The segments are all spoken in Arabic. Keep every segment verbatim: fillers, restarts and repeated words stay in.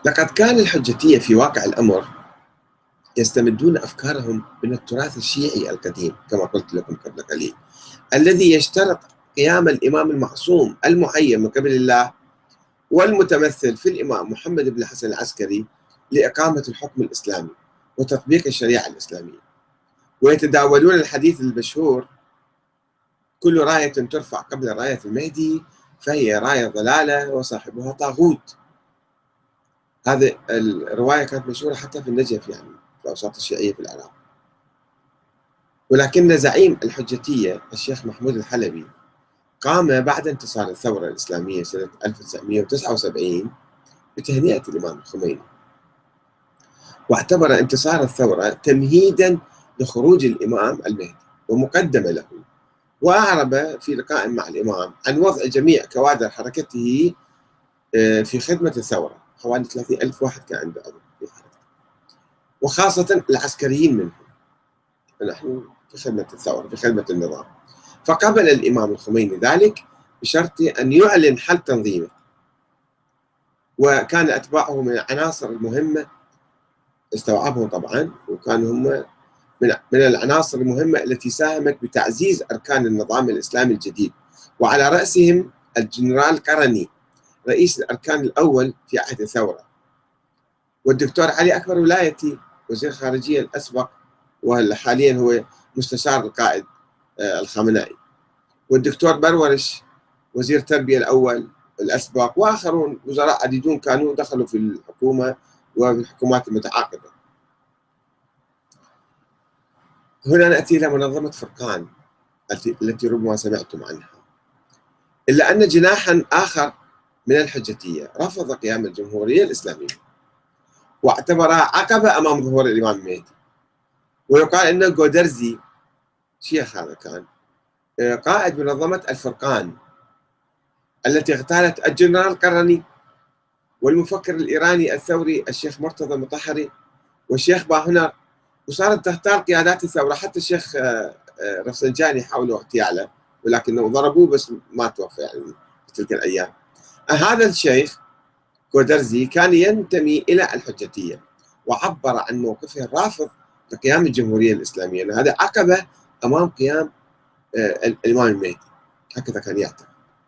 لقد كان الحجتية في واقع الأمر يستمدون أفكارهم من التراث الشيعي القديم كما قلت لكم قبل قليل، الذي يشترط قيام الإمام المعصوم المعين من قبل الله والمتمثل في الإمام محمد بن الحسن العسكري لإقامة الحكم الإسلامي وتطبيق الشريعة الإسلامية. ويتداولون الحديث المشهور: كل راية ترفع قبل راية المهدي فهي راية ضلالة وصاحبها طاغوت. هذه الرواية كانت مشهورة حتى في النجف، يعني في الأوساط الشيعية في العراق. ولكن زعيم الحجتية الشيخ محمود الحلبي قام بعد انتصار الثورة الإسلامية سنة ألف وتسعمئة وتسعة وسبعين بتهنئة الإمام الخميني، واعتبر انتصار الثورة تمهيدا لخروج الإمام المهدي ومقدمة له. وأعرب في لقاء مع الإمام عن وضع جميع كوادر حركته في خدمة الثورة، حوالي ثلاثين ألف واحد كان عنده في حركته، وخاصة العسكريين منهم. نحن في خدمة الثورة، في خدمة النظام. فقبل الإمام الخميني ذلك بشرط أن يعلن حل تنظيمه، وكان أتباعه من العناصر المهمة، استوعبهم طبعا، وكانوا هم من من العناصر المهمة التي ساهمت بتعزيز أركان النظام الإسلامي الجديد، وعلى رأسهم الجنرال قرني رئيس الأركان الأول في عهد الثورة، والدكتور علي أكبر ولايتي وزير خارجية الأسبق وحاليا هو مستشار القائد الخامنائي، والدكتور برورش وزير التربية الأول الأسبق، وآخرون وزراء عديدون كانوا دخلوا في الحكومة وفي الحكومات المتعاقبة. هنا نأتي إلى منظمة فرقان التي ربما سمعتم عنها، إلا أن جناحا آخر من الحجتية رفض قيام الجمهورية الإسلامية واعتبرها عقبة أمام ظهور الإمام المهدي. ويقال أن جودرزي شيخ هذا كان قائد منظمة الفرقان التي اغتالت الجنرال قرني والمفكر الإيراني الثوري الشيخ مرتضى المطهري والشيخ باهنر، وصارت تختار قيادات الثورة. حتى الشيخ رفسنجاني حاولوا اغتياله ولكنه ضربوه بس ما توفى يعني في تلك الأيام. هذا الشيخ جودرزي كان ينتمي إلى الحجتية وعبر عن موقفه الرافض لقيام الجمهورية الإسلامية، أن هذا عقبة أمام قيام الإمام المهدي، هكذا كان يعتقد.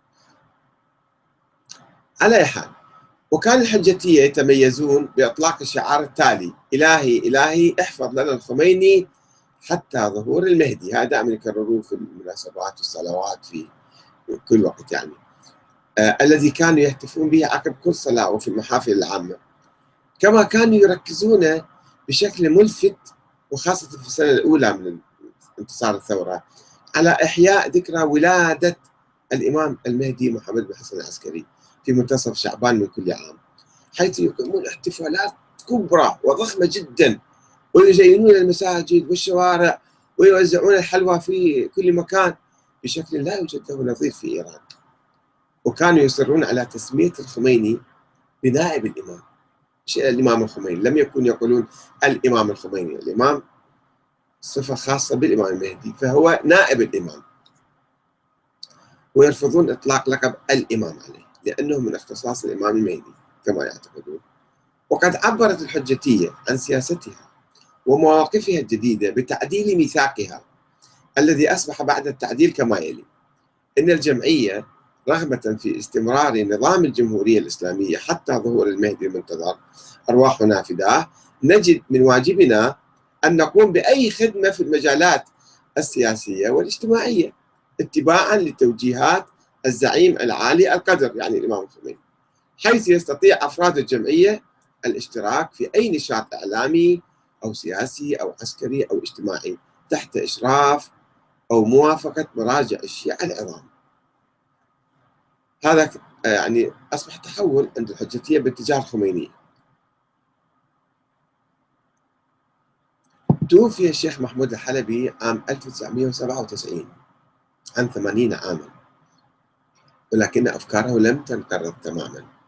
على أي حال، وكان الحجتية يتميزون بإطلاق الشعار التالي: إلهي إلهي احفظ لنا الخميني حتى ظهور المهدي. هذا دائما يكرروه في المناسبات والصلوات في كل وقت يعني، آه الذي كانوا يهتفون به عقب كل صلاة وفي المحافل العامة. كما كانوا يركزون بشكل ملفت وخاصة في السنة الأولى من انتصار الثورة على إحياء ذكرى ولادة الإمام المهدي محمد بن الحسن العسكري في منتصف شعبان من كل عام، حيث يقيمون احتفالات كبرى وضخمة جدا ويزينون المساجد والشوارع ويوزعون الحلوى في كل مكان بشكل لا يوجد له نظير في إيران. وكانوا يصرون على تسمية الخميني بنائب الإمام، مش الإمام الخميني. لم يكن يقولون الإمام الخميني، الإمام صفة خاصة بالإمام المهدي فهو نائب الإمام، ويرفضون إطلاق لقب الإمام عليه لأنه من اختصاص الإمام المهدي كما يعتقدون. وقد عبرت الحجتية عن سياستها ومواقفها الجديدة بتعديل ميثاقها الذي أصبح بعد التعديل كما يلي: إن الجمعية رغبة في استمرار نظام الجمهورية الإسلامية حتى ظهور المهدي المنتظر أرواحنا فداه، نجد من واجبنا أن نقوم بأي خدمة في المجالات السياسية والاجتماعية اتباعا لتوجيهات الزعيم العالي القدر يعني الإمام الخميني، حيث يستطيع أفراد الجمعية الاشتراك في أي نشاط إعلامي أو سياسي أو عسكري أو اجتماعي تحت إشراف أو موافقة مراجع الشيعة العظام. هذا يعني أصبح تحول عند الحجتية باتجاه الخميني. توفي الشيخ محمود الحلبي عام ألف وتسعمئة وسبعة وتسعين عن ثمانين عاما، ولكن أفكاره لم تنقرض تماما.